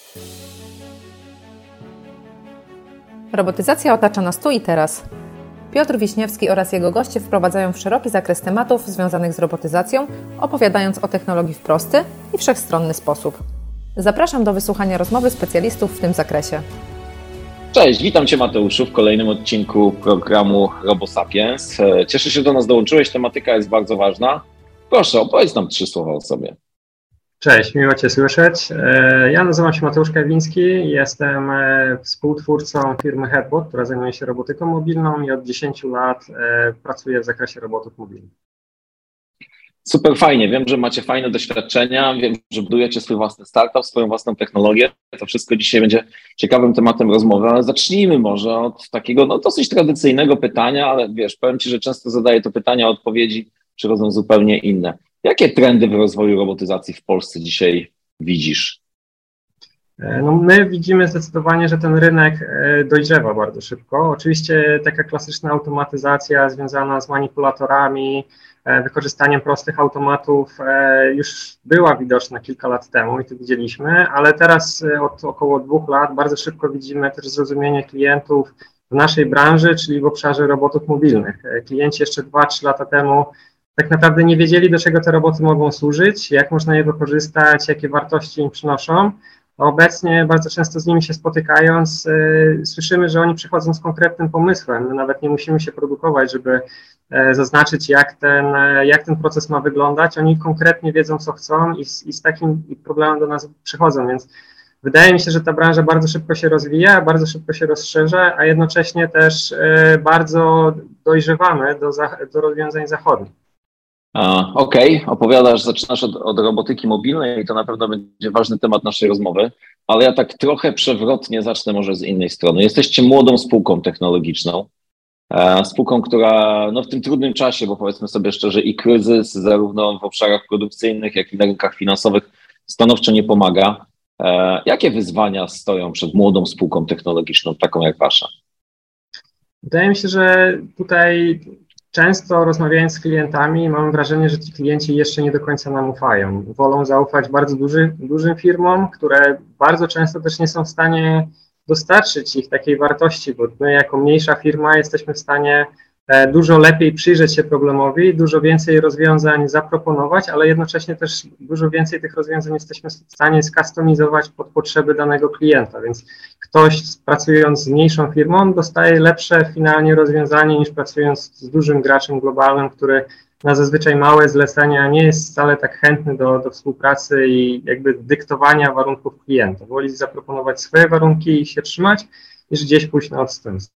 Robotyzacja otacza nas tu i teraz. Piotr Wiśniewski oraz jego goście wprowadzają w szeroki zakres tematów związanych z robotyzacją, opowiadając o technologii w prosty i wszechstronny sposób. Zapraszam do wysłuchania rozmowy specjalistów w tym zakresie. Cześć, witam Cię Mateuszu w kolejnym odcinku programu RoboSapiens. Cieszę się, że do nas dołączyłeś, tematyka jest bardzo ważna. Proszę, opowiedz nam 3 słowa o sobie. Cześć, miło Cię słyszeć. Ja nazywam się Mateusz Kawiński, jestem współtwórcą firmy Headbot, która zajmuje się robotyką mobilną i od 10 lat pracuję w zakresie robotów mobilnych. Super fajnie, wiem, że macie fajne doświadczenia, wiem, że budujecie swój własny startup, swoją własną technologię. To wszystko dzisiaj będzie ciekawym tematem rozmowy, ale zacznijmy może od takiego dosyć tradycyjnego pytania, ale wiesz, powiem Ci, że często zadaję to pytania, a odpowiedzi przychodzą zupełnie inne. Jakie trendy w rozwoju robotyzacji w Polsce dzisiaj widzisz? No my widzimy zdecydowanie, że ten rynek dojrzewa bardzo szybko. Oczywiście taka klasyczna automatyzacja związana z manipulatorami, wykorzystaniem prostych automatów już była widoczna kilka lat temu i to widzieliśmy, ale teraz od około 2 lat bardzo szybko widzimy też zrozumienie klientów w naszej branży, czyli w obszarze robotów mobilnych. Klienci jeszcze 2-3 lata temu tak naprawdę nie wiedzieli, do czego te roboty mogą służyć, jak można je wykorzystać, jakie wartości im przynoszą. A obecnie bardzo często z nimi się spotykając, słyszymy, że oni przychodzą z konkretnym pomysłem. My nawet nie musimy się produkować, żeby zaznaczyć, jak ten proces ma wyglądać. Oni konkretnie wiedzą, co chcą i z takim problemem do nas przychodzą, więc wydaje mi się, że ta branża bardzo szybko się rozwija, bardzo szybko się rozszerza, a jednocześnie też bardzo dojrzewamy do rozwiązań zachodnich. Okej, zaczynasz od robotyki mobilnej i to na pewno będzie ważny temat naszej rozmowy, ale ja tak trochę przewrotnie zacznę może z innej strony. Jesteście młodą spółką technologiczną, spółką, która w tym trudnym czasie, bo powiedzmy sobie szczerze, i kryzys zarówno w obszarach produkcyjnych, jak i na rynkach finansowych stanowczo nie pomaga. Jakie wyzwania stoją przed młodą spółką technologiczną, taką jak wasza? Wydaje mi się, że tutaj często rozmawiając z klientami mam wrażenie, że ci klienci jeszcze nie do końca nam ufają. Wolą zaufać bardzo dużym firmom, które bardzo często też nie są w stanie dostarczyć ich takiej wartości, bo my jako mniejsza firma jesteśmy w stanie dużo lepiej przyjrzeć się problemowi, dużo więcej rozwiązań zaproponować, ale jednocześnie też dużo więcej tych rozwiązań jesteśmy w stanie skustomizować pod potrzeby danego klienta, więc ktoś pracując z mniejszą firmą dostaje lepsze finalnie rozwiązanie niż pracując z dużym graczem globalnym, który na zazwyczaj małe zlecenia nie jest wcale tak chętny do współpracy i jakby dyktowania warunków klienta. Woli zaproponować swoje warunki i się trzymać, niż gdzieś pójść na odstępstwo.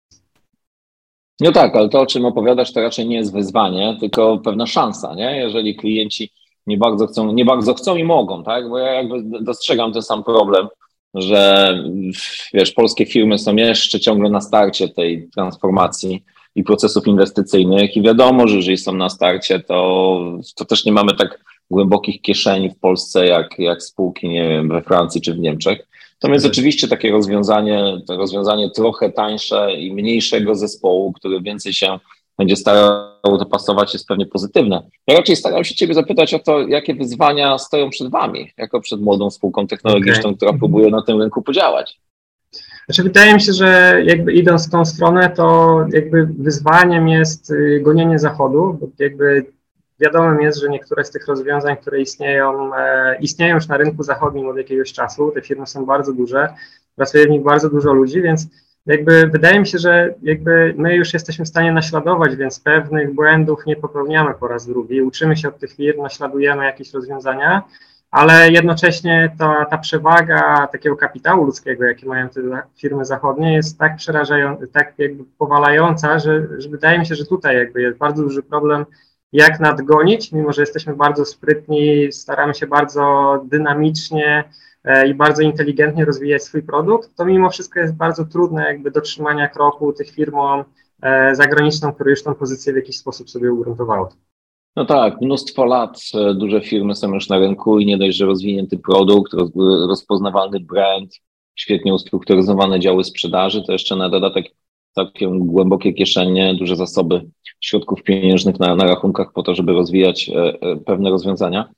No tak, ale to, o czym opowiadasz, to raczej nie jest wyzwanie, tylko pewna szansa, nie? Jeżeli klienci nie bardzo chcą i mogą, tak? Bo ja jakby dostrzegam ten sam problem, że wiesz, polskie firmy są jeszcze ciągle na starcie tej transformacji i procesów inwestycyjnych i wiadomo, że jeżeli są na starcie, to też nie mamy tak głębokich kieszeni w Polsce jak spółki, nie wiem, we Francji czy w Niemczech. Natomiast oczywiście takie rozwiązanie trochę tańsze i mniejszego zespołu, który więcej się będzie starał dopasować, jest pewnie pozytywne. Ja raczej starałem się Ciebie zapytać o to, jakie wyzwania stoją przed Wami, jako przed młodą spółką technologiczną, która próbuje na tym rynku podziałać. Znaczy, wydaje mi się, że jakby idąc w tą stronę, to jakby wyzwaniem jest gonienie zachodu, bo jakby wiadomym jest, że niektóre z tych rozwiązań, które istnieją już na rynku zachodnim od jakiegoś czasu. Te firmy są bardzo duże, pracuje w nich bardzo dużo ludzi, więc jakby wydaje mi się, że jakby my już jesteśmy w stanie naśladować, więc pewnych błędów nie popełniamy po raz drugi. Uczymy się od tych firm, naśladujemy jakieś rozwiązania, ale jednocześnie ta przewaga takiego kapitału ludzkiego, jaki mają te firmy zachodnie, jest tak przerażająca, tak jakby powalająca, że wydaje mi się, że tutaj jakby jest bardzo duży problem, jak nadgonić, mimo że jesteśmy bardzo sprytni, staramy się bardzo dynamicznie i bardzo inteligentnie rozwijać swój produkt, to mimo wszystko jest bardzo trudne jakby do trzymania kroku tych firmom zagranicznym, które już tą pozycję w jakiś sposób sobie ugruntowały. No tak, mnóstwo lat duże firmy są już na rynku i nie dość, że rozwinięty produkt, rozpoznawalny brand, świetnie ustrukturyzowane działy sprzedaży, to jeszcze na dodatek całkiem głębokie kieszenie, duże zasoby środków pieniężnych na rachunkach po to, żeby rozwijać pewne rozwiązania.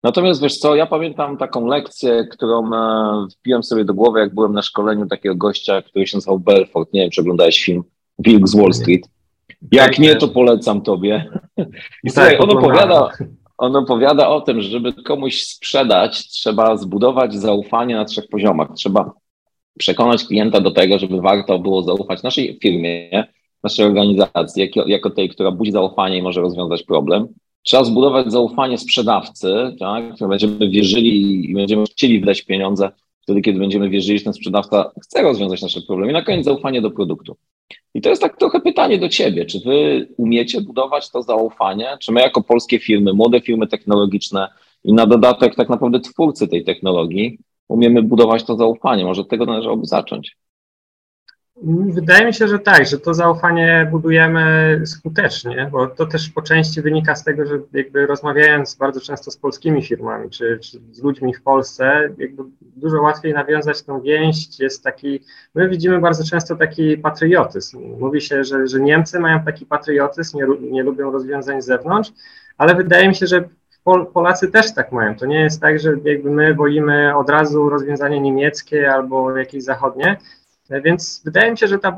Natomiast wiesz co, ja pamiętam taką lekcję, którą wbiłem sobie do głowy, jak byłem na szkoleniu takiego gościa, który się nazywał Belfort. Nie wiem, czy oglądałeś film Wilk z Wall Street. Jak nie, to polecam tobie. I słuchaj, on opowiada o tym, że żeby komuś sprzedać, trzeba zbudować zaufanie na 3 poziomach. Trzeba przekonać klienta do tego, żeby warto było zaufać naszej firmie, naszej organizacji, jako tej, która budzi zaufanie i może rozwiązać problem. Trzeba zbudować zaufanie sprzedawcy, tak? Będziemy wierzyli i będziemy chcieli wydać pieniądze wtedy, kiedy będziemy wierzyli, że ten sprzedawca chce rozwiązać nasze problemy. I na koniec zaufanie do produktu. I to jest tak trochę pytanie do ciebie. Czy wy umiecie budować to zaufanie? Czy my jako polskie firmy, młode firmy technologiczne i na dodatek tak naprawdę twórcy tej technologii umiemy budować to zaufanie? Może od tego należałoby zacząć. Wydaje mi się, że tak, że to zaufanie budujemy skutecznie, bo to też po części wynika z tego, że jakby rozmawiając bardzo często z polskimi firmami, czy z ludźmi w Polsce, jakby dużo łatwiej nawiązać tą więź. Jest taki, my widzimy bardzo często taki patriotyzm. Mówi się, że Niemcy mają taki patriotyzm, nie lubią rozwiązań z zewnątrz, ale wydaje mi się, że Polacy też tak mają. To nie jest tak, że jakby my wolimy od razu rozwiązanie niemieckie albo jakieś zachodnie. Więc wydaje mi się, że ta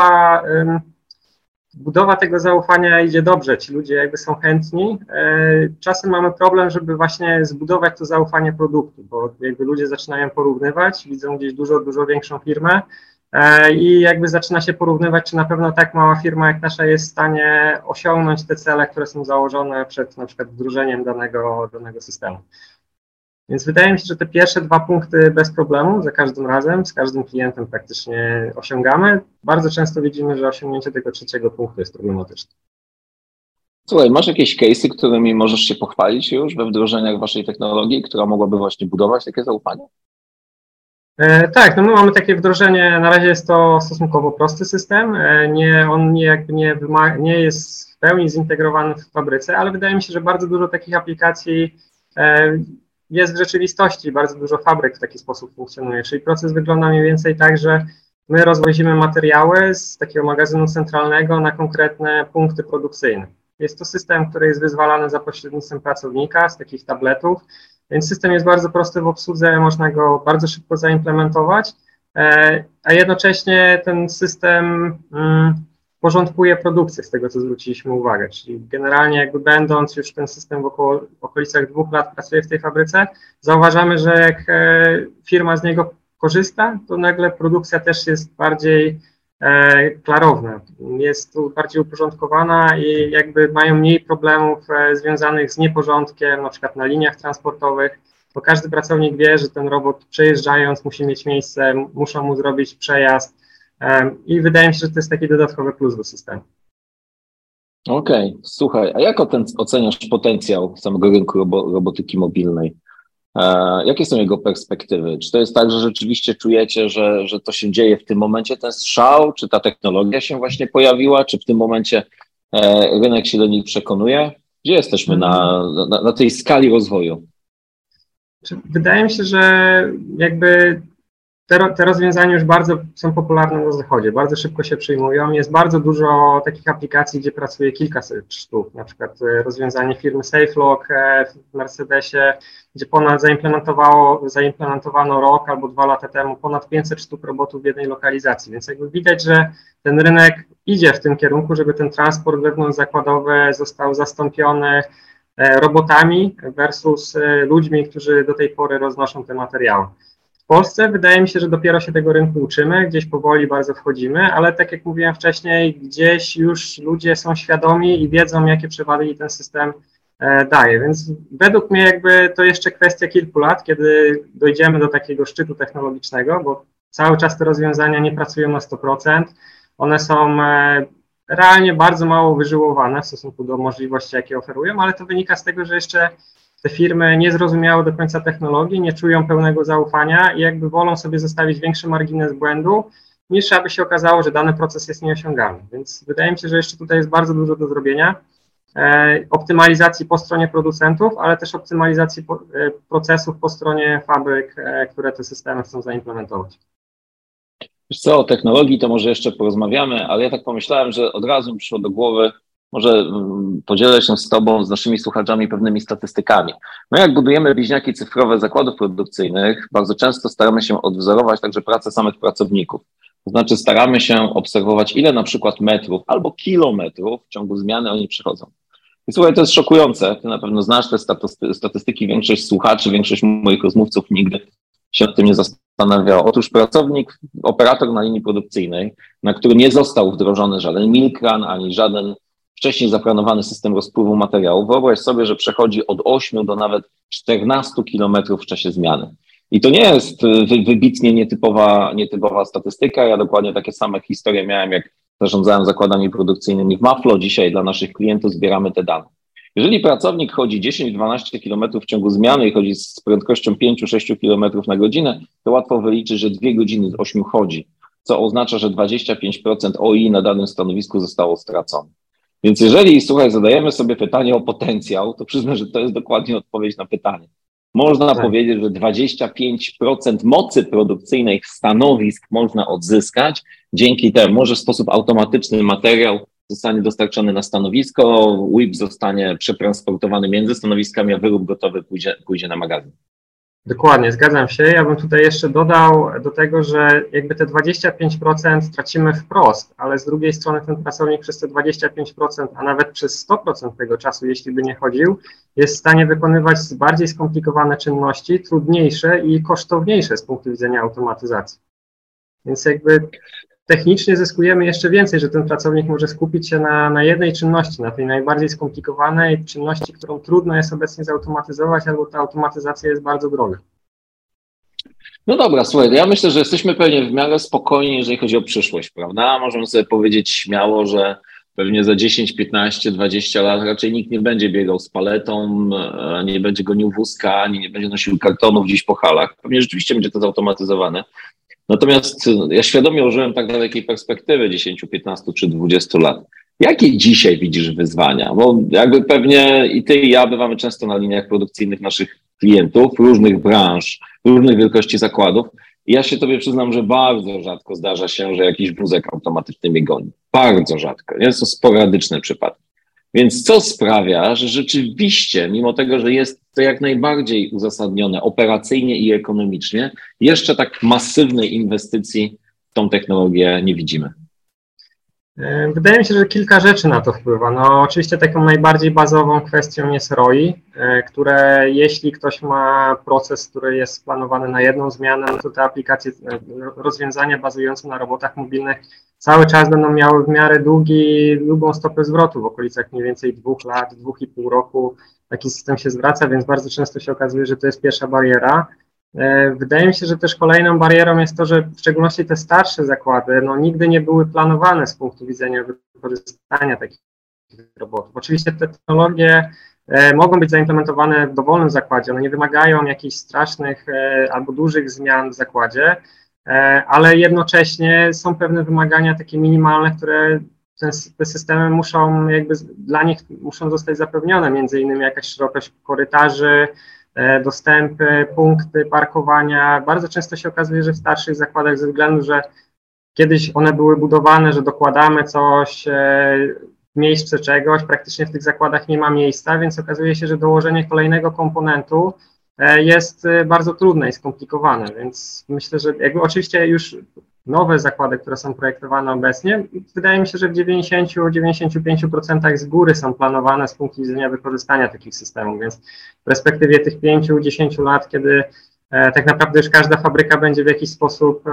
budowa tego zaufania idzie dobrze. Ci ludzie jakby są chętni. Czasem mamy problem, żeby właśnie zbudować to zaufanie produktu, bo jakby ludzie zaczynają porównywać, widzą gdzieś dużo większą firmę i jakby zaczyna się porównywać, czy na pewno tak mała firma jak nasza jest w stanie osiągnąć te cele, które są założone przed na przykład wdrożeniem danego systemu. Więc wydaje mi się, że te pierwsze 2 punkty bez problemu za każdym razem, z każdym klientem praktycznie osiągamy. Bardzo często widzimy, że osiągnięcie tego 3. punktu jest problematyczne. Słuchaj, masz jakieś case'y, którymi możesz się pochwalić już we wdrożeniach waszej technologii, która mogłaby właśnie budować takie zaufanie? Tak, no my mamy takie wdrożenie, na razie jest to stosunkowo prosty system, on nie jest w pełni zintegrowany w fabryce, ale wydaje mi się, że bardzo dużo takich aplikacji jest w rzeczywistości, bardzo dużo fabryk w taki sposób funkcjonuje, czyli proces wygląda mniej więcej tak, że my rozwozimy materiały z takiego magazynu centralnego na konkretne punkty produkcyjne. Jest to system, który jest wyzwalany za pośrednictwem pracownika z takich tabletów, więc system jest bardzo prosty w obsłudze, można go bardzo szybko zaimplementować, a jednocześnie ten system porządkuje produkcję, z tego co zwróciliśmy uwagę, czyli generalnie jakby będąc już ten system w okolicach 2 lat pracuje w tej fabryce, zauważamy, że jak firma z niego korzysta, to nagle produkcja też jest bardziej klarowna, jest tu bardziej uporządkowana i jakby mają mniej problemów związanych z nieporządkiem, na przykład na liniach transportowych, bo każdy pracownik wie, że ten robot przejeżdżając musi mieć miejsce, muszą mu zrobić przejazd i wydaje mi się, że to jest taki dodatkowy plus do systemu. Okej, słuchaj, a jak oceniasz potencjał samego rynku robotyki mobilnej? Jakie są jego perspektywy? Czy to jest tak, że rzeczywiście czujecie, że to się dzieje w tym momencie, ten strzał? Czy ta technologia się właśnie pojawiła? Czy w tym momencie rynek się do niej przekonuje? Gdzie jesteśmy na tej skali rozwoju? Wydaje mi się, że jakby te rozwiązania już bardzo są popularne na zachodzie, bardzo szybko się przyjmują. Jest bardzo dużo takich aplikacji, gdzie pracuje kilkaset sztuk, na przykład rozwiązanie firmy SafeLock w Mercedesie, gdzie zaimplementowano rok albo 2 lata temu ponad 500 sztuk robotów w jednej lokalizacji, więc jakby widać, że ten rynek idzie w tym kierunku, żeby ten transport wewnątrzzakładowy został zastąpiony robotami versus ludźmi, którzy do tej pory roznoszą te materiały. W Polsce wydaje mi się, że dopiero się tego rynku uczymy, gdzieś powoli bardzo wchodzimy, ale tak jak mówiłem wcześniej, gdzieś już ludzie są świadomi i wiedzą, jakie przewagi ten system daje, więc według mnie jakby to jeszcze kwestia kilku lat, kiedy dojdziemy do takiego szczytu technologicznego, bo cały czas te rozwiązania nie pracują na 100%, one są realnie bardzo mało wyżyłowane w stosunku do możliwości, jakie oferują, ale to wynika z tego, że jeszcze te firmy nie zrozumiały do końca technologii, nie czują pełnego zaufania i jakby wolą sobie zostawić większy margines błędu, niż aby się okazało, że dany proces jest nieosiągalny. Więc wydaje mi się, że jeszcze tutaj jest bardzo dużo do zrobienia. Optymalizacji po stronie producentów, ale też optymalizacji procesów po stronie fabryk, które te systemy chcą zaimplementować. Wiesz co, o technologii to może jeszcze porozmawiamy, ale ja tak pomyślałem, że od razu mi przyszło do głowy Może podzielę się z Tobą, z naszymi słuchaczami pewnymi statystykami. My jak budujemy bliźniaki cyfrowe zakładów produkcyjnych, bardzo często staramy się odwzorować także pracę samych pracowników. To znaczy staramy się obserwować, ile na przykład metrów albo kilometrów w ciągu zmiany oni przechodzą. I słuchaj, to jest szokujące. Ty na pewno znasz te statystyki, większość słuchaczy, większość moich rozmówców nigdy się nad tym nie zastanawiała. Otóż pracownik, operator na linii produkcyjnej, na który nie został wdrożony żaden milkran, ani żaden wcześniej zaplanowany system rozpływu materiału, wyobraź sobie, że przechodzi od 8 do nawet 14 kilometrów w czasie zmiany. I to nie jest wybitnie nietypowa statystyka. Ja dokładnie takie same historie miałem, jak zarządzałem zakładami produkcyjnymi w Maflo. Dzisiaj dla naszych klientów zbieramy te dane. Jeżeli pracownik chodzi 10-12 km w ciągu zmiany i chodzi z prędkością 5-6 km na godzinę, to łatwo wyliczyć, że 2 godziny z 8 chodzi, co oznacza, że 25% OI na danym stanowisku zostało stracone. Więc jeżeli, słuchaj, zadajemy sobie pytanie o potencjał, to przyznam, że to jest dokładnie odpowiedź na pytanie. Można powiedzieć, że 25% mocy produkcyjnej stanowisk można odzyskać. Dzięki temu może w sposób automatyczny materiał zostanie dostarczony na stanowisko, WIP zostanie przetransportowany między stanowiskami, a wyrób gotowy pójdzie na magazyn. Dokładnie, zgadzam się. Ja bym tutaj jeszcze dodał do tego, że jakby te 25% tracimy wprost, ale z drugiej strony ten pracownik przez te 25%, a nawet przez 100% tego czasu, jeśli by nie chodził, jest w stanie wykonywać bardziej skomplikowane czynności, trudniejsze i kosztowniejsze z punktu widzenia automatyzacji. Więc jakby technicznie zyskujemy jeszcze więcej, że ten pracownik może skupić się na jednej czynności, na tej najbardziej skomplikowanej czynności, którą trudno jest obecnie zautomatyzować, albo ta automatyzacja jest bardzo droga. No dobra, słuchaj, ja myślę, że jesteśmy pewnie w miarę spokojni, jeżeli chodzi o przyszłość, prawda? Możemy sobie powiedzieć śmiało, że pewnie za 10, 15, 20 lat raczej nikt nie będzie biegał z paletą, nie będzie gonił wózka, ani nie będzie nosił kartonów gdzieś po halach. Pewnie rzeczywiście będzie to zautomatyzowane. Natomiast ja świadomie użyłem tak dalekiej perspektywy 10, 15 czy 20 lat. Jakie dzisiaj widzisz wyzwania? Bo jakby pewnie i ty, i ja bywamy często na liniach produkcyjnych naszych klientów, różnych branż, różnych wielkości zakładów. I ja się tobie przyznam, że bardzo rzadko zdarza się, że jakiś wózek automatyczny mnie goni. Bardzo rzadko. Nie? Są sporadyczne przypadki. Więc co sprawia, że rzeczywiście, mimo tego, że jest to jak najbardziej uzasadnione operacyjnie i ekonomicznie, jeszcze tak masywnej inwestycji w tą technologię nie widzimy? Wydaje mi się, że kilka rzeczy na to wpływa. No, oczywiście taką najbardziej bazową kwestią jest ROI, które jeśli ktoś ma proces, który jest splanowany na jedną zmianę, no to te aplikacje, rozwiązania bazujące na robotach mobilnych cały czas będą miały w miarę długą stopę zwrotu, w okolicach mniej więcej 2 lat, 2,5 roku. Taki system się zwraca, więc bardzo często się okazuje, że to jest pierwsza bariera. Wydaje mi się, że też kolejną barierą jest to, że w szczególności te starsze zakłady nigdy nie były planowane z punktu widzenia wykorzystania takich robotów. Oczywiście te technologie mogą być zaimplementowane w dowolnym zakładzie, one nie wymagają jakichś strasznych albo dużych zmian w zakładzie, ale jednocześnie są pewne wymagania takie minimalne, które te systemy muszą dla nich muszą zostać zapewnione, między innymi jakaś szerokość korytarzy, dostępy, punkty parkowania. Bardzo często się okazuje, że w starszych zakładach ze względu, że kiedyś one były budowane, że dokładamy coś, miejsce czegoś, praktycznie w tych zakładach nie ma miejsca, więc okazuje się, że dołożenie kolejnego komponentu jest bardzo trudne i skomplikowane, więc myślę, że oczywiście już nowe zakłady, które są projektowane obecnie, wydaje mi się, że w 90-95% z góry są planowane z punktu widzenia wykorzystania takich systemów, więc w perspektywie tych 5-10 lat, kiedy tak naprawdę już każda fabryka będzie w jakiś sposób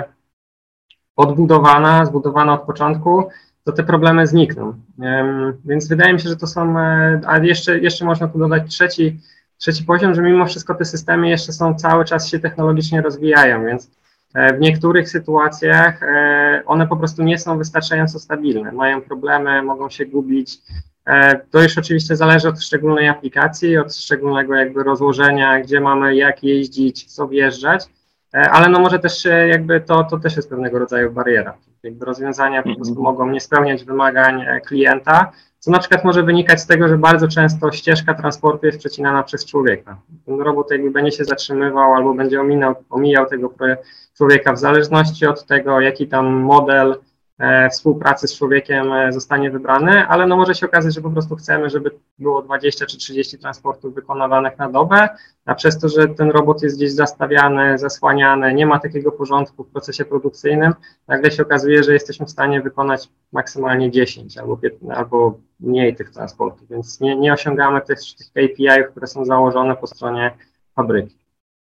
zbudowana od początku, to te problemy znikną. Więc wydaje mi się, że to są, a jeszcze można tu dodać trzeci poziom, że mimo wszystko te systemy jeszcze są cały czas się technologicznie rozwijają, więc w niektórych sytuacjach one po prostu nie są wystarczająco stabilne, mają problemy, mogą się gubić. To już oczywiście zależy od szczególnej aplikacji, od szczególnego rozłożenia, gdzie mamy, jak jeździć, co wjeżdżać, ale może też to też jest pewnego rodzaju bariera. Rozwiązania po prostu mogą nie spełniać wymagań klienta, co na przykład może wynikać z tego, że bardzo często ścieżka transportu jest przecinana przez człowieka. Ten robot będzie się zatrzymywał albo będzie omijał tego człowieka w zależności od tego, jaki tam model współpracy z człowiekiem zostanie wybrany, ale no może się okazać, że po prostu chcemy, żeby było 20 czy 30 transportów wykonywanych na dobę, a przez to, że ten robot jest gdzieś zastawiany, zasłaniany, nie ma takiego porządku w procesie produkcyjnym, nagle się okazuje, że jesteśmy w stanie wykonać maksymalnie 10 albo 15, albo mniej tych transportów, więc nie osiągamy tych KPI-ów, które są założone po stronie fabryki.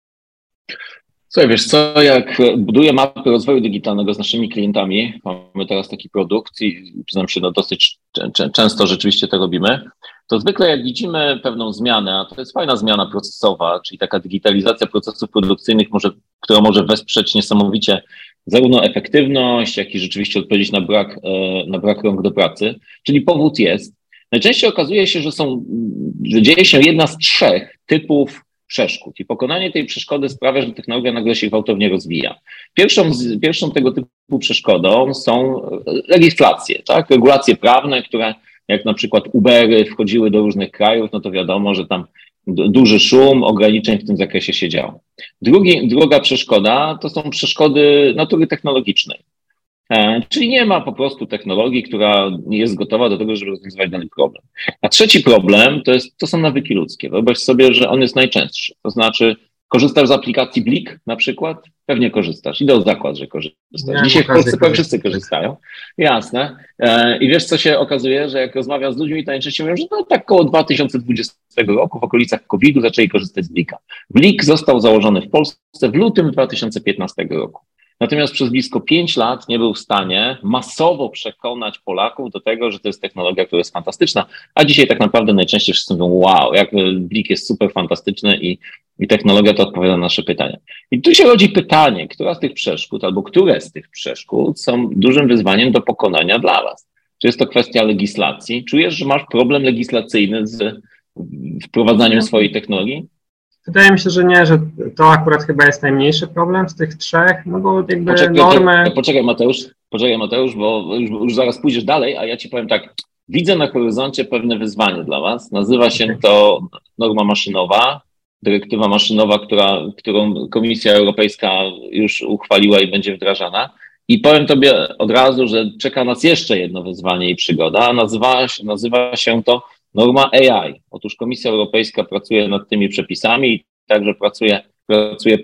Słuchaj, wiesz co, jak buduję mapy rozwoju digitalnego z naszymi klientami, mamy teraz taki produkt i przyznam się, no dosyć często rzeczywiście to robimy, to zwykle jak widzimy pewną zmianę, a to jest fajna zmiana procesowa, czyli taka digitalizacja procesów produkcyjnych, która może wesprzeć niesamowicie zarówno efektywność, jak i rzeczywiście odpowiedzieć na brak rąk do pracy, czyli powód jest. Najczęściej okazuje się, że dzieje się jedna z 3 typów przeszkód i pokonanie tej przeszkody sprawia, że technologia nagle się gwałtownie rozwija. Pierwszą tego typu przeszkodą są legislacje, tak? Regulacje prawne, które jak na przykład Ubery wchodziły do różnych krajów, no to wiadomo, że tam duży szum ograniczeń w tym zakresie się działo. Druga przeszkoda to są przeszkody natury technologicznej. Czyli nie ma po prostu technologii, która nie jest gotowa do tego, żeby rozwiązywać dany problem. A trzeci problem to są nawyki ludzkie. Wyobraź sobie, że on jest najczęstszy. To znaczy, korzystasz z aplikacji Blik na przykład? Pewnie korzystasz. Idę o zakład, że korzystasz. Dzisiaj w Polsce prawie wszyscy korzystają. Jasne. I wiesz, co się okazuje, że jak rozmawiam z ludźmi, to najczęściej mówią, że no tak koło 2020 roku, w okolicach COVID-u zaczęli korzystać z Blika. Blik został założony w Polsce w lutym 2015 roku. Natomiast przez blisko 5 lat nie był w stanie masowo przekonać Polaków do tego, że to jest technologia, która jest fantastyczna, a dzisiaj tak naprawdę najczęściej wszyscy mówią, wow, jak Blik jest super fantastyczny i technologia to odpowiada na nasze pytania. I tu się rodzi pytanie, która z tych przeszkód albo które z tych przeszkód są dużym wyzwaniem do pokonania dla was? Czy jest to kwestia legislacji? Czujesz, że masz problem legislacyjny z wprowadzaniem swojej technologii? Wydaje mi się, że nie, że to akurat chyba jest najmniejszy problem z tych 3, no bo jakby normy... Poczekaj Mateusz, bo już zaraz pójdziesz dalej, a ja ci powiem tak, widzę na horyzoncie pewne wyzwanie dla was. Nazywa się to norma maszynowa, dyrektywa maszynowa, którą Komisja Europejska już uchwaliła i będzie wdrażana. I powiem tobie od razu, że czeka nas jeszcze jedno wyzwanie i przygoda. Nazywa się to norma AI. Otóż Komisja Europejska pracuje nad tymi przepisami i także pracuje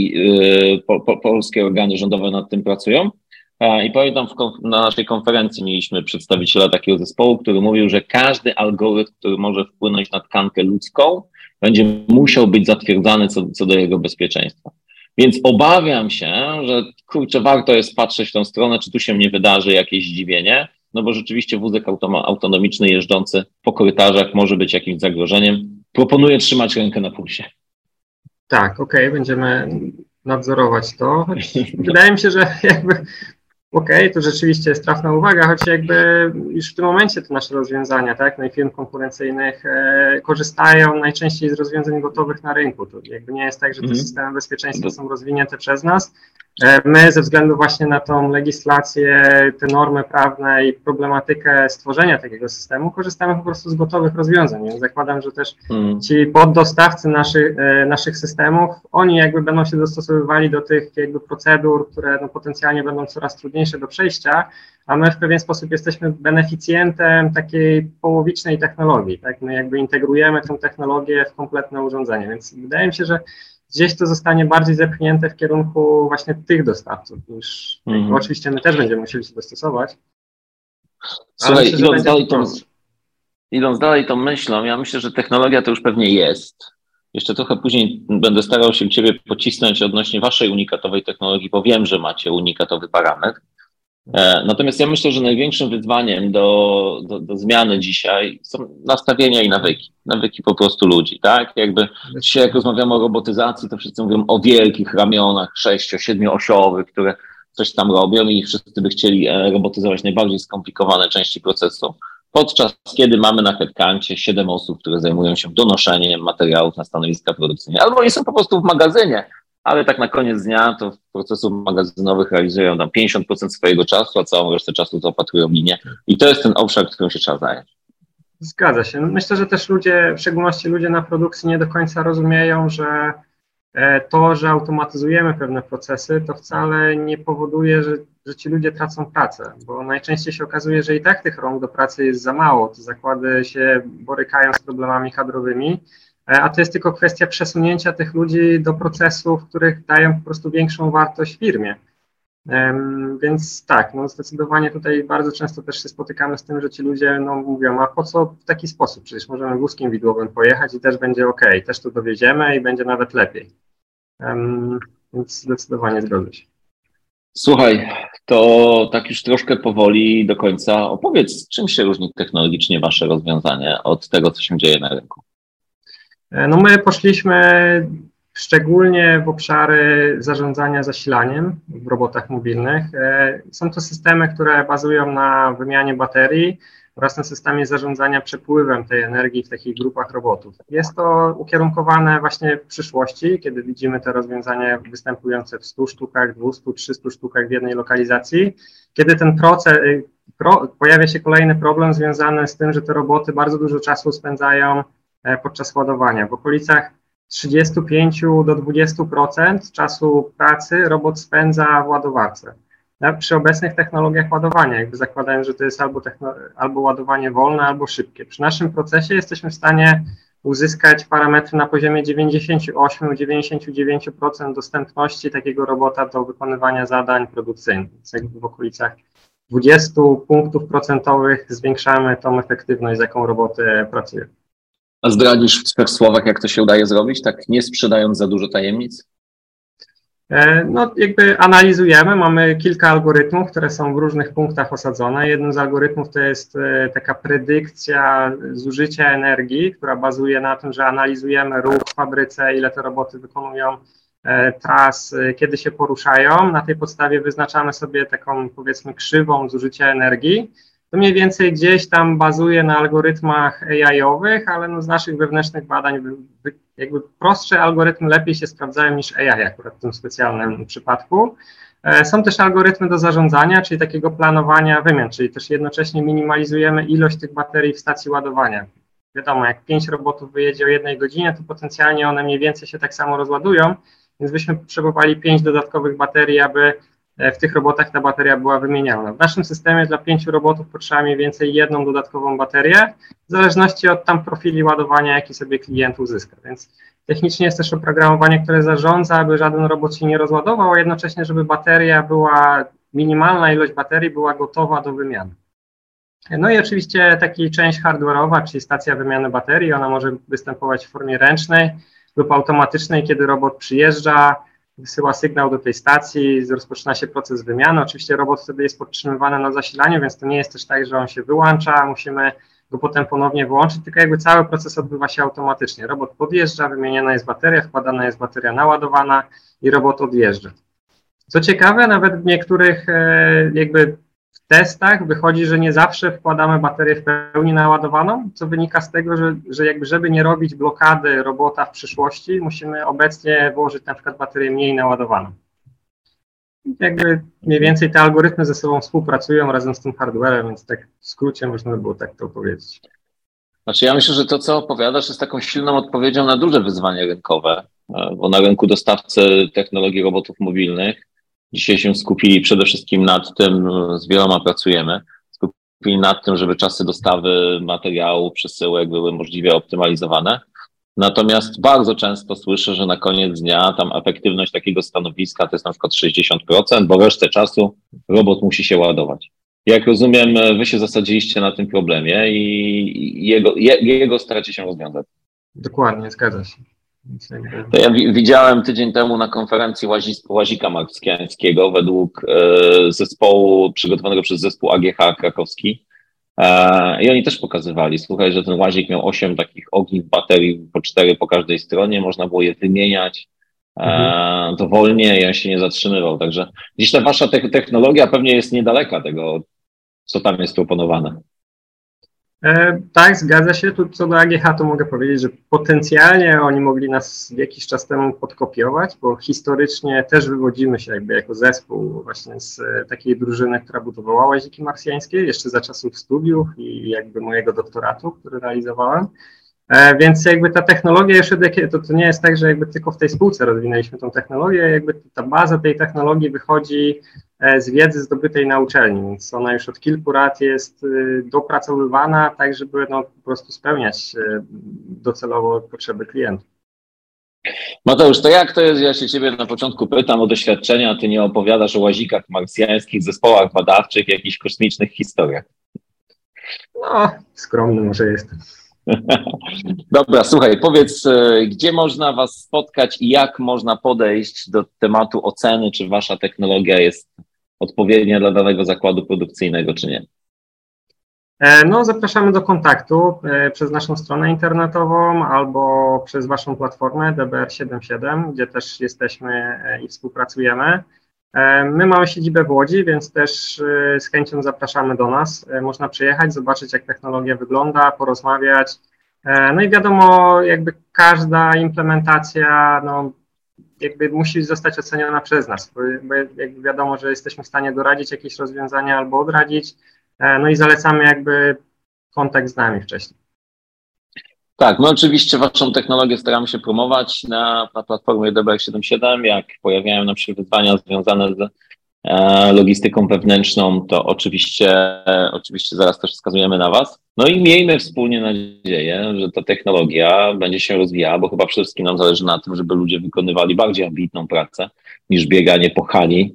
polskie organy rządowe nad tym pracują. I pamiętam, na naszej konferencji mieliśmy przedstawiciela takiego zespołu, który mówił, że każdy algorytm, który może wpłynąć na tkankę ludzką, będzie musiał być zatwierdzany co do jego bezpieczeństwa. Więc obawiam się, że warto jest patrzeć w tą stronę, czy tu się nie wydarzy jakieś zdziwienie, no bo rzeczywiście wózek autonomiczny jeżdżący po korytarzach może być jakimś zagrożeniem. Proponuję trzymać rękę na pulsie. Tak, okej, będziemy nadzorować to. Wydaje mi się, że jakby to rzeczywiście jest trafna uwaga, choć jakby już w tym momencie te nasze rozwiązania, tak, no i firm konkurencyjnych korzystają najczęściej z rozwiązań gotowych na rynku. To jakby nie jest tak, że te systemy bezpieczeństwa są rozwinięte przez nas. My ze względu właśnie na tą legislację, te normy prawne i problematykę stworzenia takiego systemu korzystamy po prostu z gotowych rozwiązań. Więc zakładam, że też ci poddostawcy naszych systemów, oni jakby będą się dostosowywali do tych jakby procedur, które no potencjalnie będą coraz trudniejsze do przejścia, a my w pewien sposób jesteśmy beneficjentem takiej połowicznej technologii. Tak? My jakby integrujemy tę technologię w kompletne urządzenie, więc wydaje mi się, że gdzieś to zostanie bardziej zepchnięte w kierunku właśnie tych dostawców, niż oczywiście my też będziemy musieli się dostosować. Słuchaj, idąc dalej tą myślą, ja myślę, że technologia to już pewnie jest. Jeszcze trochę później będę starał się Ciebie pocisnąć odnośnie Waszej unikatowej technologii, bo wiem, że macie unikatowy parametr. Natomiast ja myślę, że największym wyzwaniem do zmiany dzisiaj są nastawienia i nawyki. Nawyki po prostu ludzi, tak? Jakby dzisiaj jak rozmawiamy o robotyzacji, to wszyscy mówią o wielkich ramionach 6-7-osiowych, które coś tam robią i wszyscy by chcieli robotyzować najbardziej skomplikowane części procesu. Podczas kiedy mamy na headcouncie 7 osób, które zajmują się donoszeniem materiałów na stanowiska produkcyjne. Albo oni są po prostu w magazynie, ale tak na koniec dnia to procesów magazynowych realizują tam 50% swojego czasu, a całą resztę czasu zaopatrują linię. I to jest ten obszar, którym się trzeba zająć. Zgadza się. Myślę, że też ludzie, w szczególności ludzie na produkcji, nie do końca rozumieją, że to, że automatyzujemy pewne procesy, to wcale nie powoduje, że ci ludzie tracą pracę, bo najczęściej się okazuje, że i tak tych rąk do pracy jest za mało. Te zakłady się borykają z problemami kadrowymi, a to jest tylko kwestia przesunięcia tych ludzi do procesów, których dają po prostu większą wartość firmie. Więc tak, no zdecydowanie tutaj bardzo często też się spotykamy z tym, że ci ludzie mówią, a po co w taki sposób? Przecież możemy wózkiem widłowym pojechać i też będzie ok, też to dowieziemy i będzie nawet lepiej. Więc zdecydowanie zgodzę się. Słuchaj, to tak już troszkę powoli do końca opowiedz, czym się różni technologicznie wasze rozwiązanie od tego, co się dzieje na rynku? No my poszliśmy szczególnie w obszary zarządzania zasilaniem w robotach mobilnych. Są to systemy, które bazują na wymianie baterii oraz na systemie zarządzania przepływem tej energii w takich grupach robotów. Jest to ukierunkowane właśnie w przyszłości, kiedy widzimy te rozwiązania występujące w 100 sztukach, 200, 300 sztukach w jednej lokalizacji, kiedy ten proces, pojawia się kolejny problem związany z tym, że te roboty bardzo dużo czasu spędzają podczas ładowania. W okolicach 35 do 20% czasu pracy robot spędza w ładowarce. Przy obecnych technologiach ładowania, jakby zakładając, że to jest albo ładowanie wolne, albo szybkie. Przy naszym procesie jesteśmy w stanie uzyskać parametry na poziomie 98-99% dostępności takiego robota do wykonywania zadań produkcyjnych. Więc jakby w okolicach 20 punktów procentowych zwiększamy tą efektywność, z jaką roboty pracują. A zdradzisz w 3 słowach, jak to się udaje zrobić, tak nie sprzedając za dużo tajemnic? No jakby analizujemy, mamy kilka algorytmów, które są w różnych punktach osadzone. Jednym z algorytmów to jest taka predykcja zużycia energii, która bazuje na tym, że analizujemy ruch w fabryce, ile te roboty wykonują tras, kiedy się poruszają. Na tej podstawie wyznaczamy sobie taką, powiedzmy, krzywą zużycia energii. To mniej więcej gdzieś tam bazuje na algorytmach AI-owych, ale no z naszych wewnętrznych badań jakby prostsze algorytmy lepiej się sprawdzają niż AI akurat w tym specjalnym przypadku. Są też algorytmy do zarządzania, czyli takiego planowania wymian, czyli też jednocześnie minimalizujemy ilość tych baterii w stacji ładowania. Wiadomo, jak 5 robotów wyjedzie o 1 godzinie, to potencjalnie one mniej więcej się tak samo rozładują, więc byśmy potrzebowali 5 dodatkowych baterii, aby w tych robotach ta bateria była wymieniana. W naszym systemie dla 5 robotów potrzeba mniej więcej 1 dodatkową baterię, w zależności od tam profili ładowania, jaki sobie klient uzyska. Więc technicznie jest też oprogramowanie, które zarządza, aby żaden robot się nie rozładował, a jednocześnie, żeby bateria była, minimalna ilość baterii była gotowa do wymiany. No i oczywiście taka część hardware'owa, czyli stacja wymiany baterii, ona może występować w formie ręcznej lub automatycznej, kiedy robot przyjeżdża, wysyła sygnał do tej stacji, rozpoczyna się proces wymiany. Oczywiście robot wtedy jest podtrzymywany na zasilaniu, więc to nie jest też tak, że on się wyłącza, musimy go potem ponownie wyłączyć, tylko jakby cały proces odbywa się automatycznie. Robot podjeżdża, wymieniana jest bateria, wkładana jest bateria naładowana i robot odjeżdża. Co ciekawe, nawet w niektórych jakby w testach wychodzi, że nie zawsze wkładamy baterię w pełni naładowaną, co wynika z tego, że jakby żeby nie robić blokady robota w przyszłości, musimy obecnie włożyć na przykład baterię mniej naładowaną. Jakby mniej więcej te algorytmy ze sobą współpracują razem z tym hardwarem, więc tak w skrócie można by było tak to powiedzieć. Znaczy ja myślę, że to, co opowiadasz, jest taką silną odpowiedzią na duże wyzwanie rynkowe, bo na rynku dostawcy technologii robotów mobilnych dzisiaj się skupili przede wszystkim nad tym, z wieloma pracujemy, skupili nad tym, żeby czasy dostawy materiału, przesyłek były możliwie optymalizowane. Natomiast bardzo często słyszę, że na koniec dnia tam efektywność takiego stanowiska to jest na przykład 60%, bo resztę czasu robot musi się ładować. Jak rozumiem, wy się zasadziliście na tym problemie i jego staracie się rozwiązać. Dokładnie, zgadza się. To ja widziałem tydzień temu na konferencji Łazika Marskiańskiego według zespołu przygotowanego przez zespół AGH krakowski i oni też pokazywali, słuchaj, że ten łazik miał 8 takich ogniw baterii, po 4 po każdej stronie, można było je wymieniać dowolnie i on się nie zatrzymywał, także dziś ta wasza technologia pewnie jest niedaleka tego, co tam jest proponowane. Tak, zgadza się. Tu co do AGH to mogę powiedzieć, że potencjalnie oni mogli nas jakiś czas temu podkopiować, bo historycznie też wywodzimy się jakby jako zespół właśnie z takiej drużyny, która budowała łaziki marsjańskie, jeszcze za czasów studiów i jakby mojego doktoratu, który realizowałem. Więc jakby ta technologia już to nie jest tak, że jakby tylko w tej spółce rozwinęliśmy tą technologię, jakby ta baza tej technologii wychodzi z wiedzy zdobytej na uczelni, więc ona już od kilku lat jest dopracowywana tak, żeby no, po prostu spełniać docelowo potrzeby klientów. Mateusz, to jak to jest? Ja się ciebie na początku pytam o doświadczenia, ty nie opowiadasz o łazikach marsjańskich, zespołach badawczych, jakichś kosmicznych historiach. No, skromny może jestem. Dobra, słuchaj, powiedz, gdzie można was spotkać i jak można podejść do tematu oceny, czy wasza technologia jest odpowiednia dla danego zakładu produkcyjnego, czy nie? No, zapraszamy do kontaktu przez naszą stronę internetową albo przez waszą platformę DBR77, gdzie też jesteśmy i współpracujemy. My mamy siedzibę w Łodzi, więc też z chęcią zapraszamy do nas. Można przyjechać, zobaczyć, jak technologia wygląda, porozmawiać. No i wiadomo, jakby każda implementacja no, jakby musi zostać oceniona przez nas, bo jakby wiadomo, że jesteśmy w stanie doradzić jakieś rozwiązania albo odradzić. No i zalecamy jakby kontakt z nami wcześniej. Tak, my oczywiście waszą technologię staramy się promować na platformie DBR77. Jak pojawiają nam się wyzwania związane z logistyką wewnętrzną, to oczywiście zaraz też wskazujemy na was. No i miejmy wspólnie nadzieję, że ta technologia będzie się rozwijała, bo chyba przede wszystkim nam zależy na tym, żeby ludzie wykonywali bardziej ambitną pracę niż bieganie po hali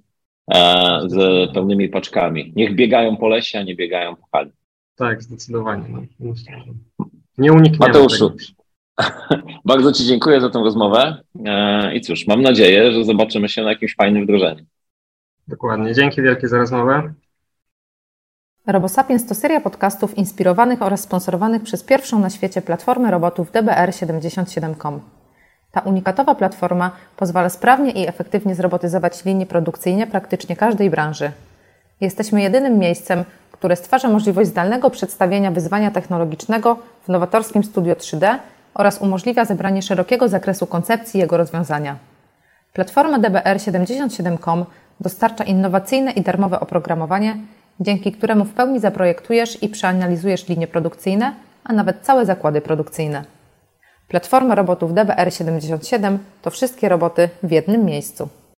z pełnymi paczkami. Niech biegają po lesie, a nie biegają po hali. Tak, zdecydowanie. No. Myślę, że nie unikniemy Mateuszu, tego. bardzo ci dziękuję za tę rozmowę i cóż, mam nadzieję, że zobaczymy się na jakimś fajnym wdrożeniu. Dokładnie. Dzięki wielkie za rozmowę. RoboSapiens to seria podcastów inspirowanych oraz sponsorowanych przez pierwszą na świecie platformę robotów DBR77.com. Ta unikatowa platforma pozwala sprawnie i efektywnie zrobotyzować linie produkcyjne praktycznie każdej branży. Jesteśmy jedynym miejscem, które stwarza możliwość zdalnego przedstawienia wyzwania technologicznego w nowatorskim studio 3D oraz umożliwia zebranie szerokiego zakresu koncepcji jego rozwiązania. Platforma DBR77.com dostarcza innowacyjne i darmowe oprogramowanie, dzięki któremu w pełni zaprojektujesz i przeanalizujesz linie produkcyjne, a nawet całe zakłady produkcyjne. Platforma robotów DBR77 to wszystkie roboty w jednym miejscu.